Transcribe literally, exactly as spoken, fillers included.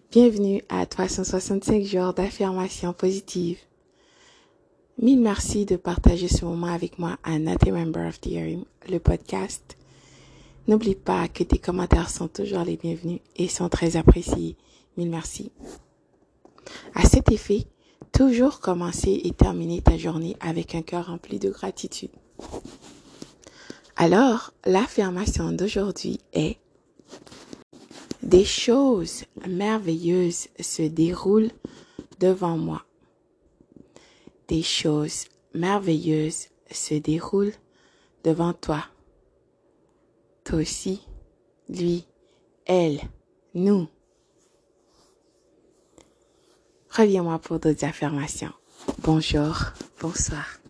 Bienvenue à trois cent soixante-cinq jours d'affirmation positive. Mille merci de partager ce moment avec moi à Not a Member of the Year, le podcast. N'oublie pas que tes commentaires sont toujours les bienvenus et sont très appréciés. Mille merci. À cet effet, toujours commencer et terminer ta journée avec un cœur rempli de gratitude. Alors, l'affirmation d'aujourd'hui est: des choses merveilleuses se déroulent devant moi. Des choses merveilleuses se déroulent devant toi. Toi aussi, lui, elle, nous. Reviens-moi pour d'autres affirmations. Bonjour, bonsoir.